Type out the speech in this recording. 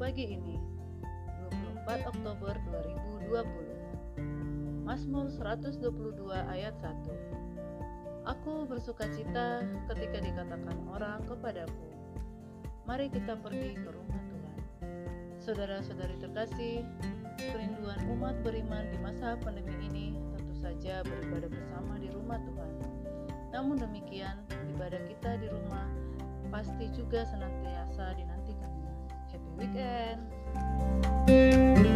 pagi ini, 24 Oktober 2020. Mazmur 122 ayat 1. Aku bersukacita ketika dikatakan orang kepadaku, mari kita pergi ke rumah Tuhan. Saudara-saudari terkasih, kerinduan umat beriman di masa pandemi ini tentu saja beribadah bersama di rumah Tuhan. Namun demikian, ibadah kita di rumah pasti juga senantiasa dinantikannya. Happy weekend!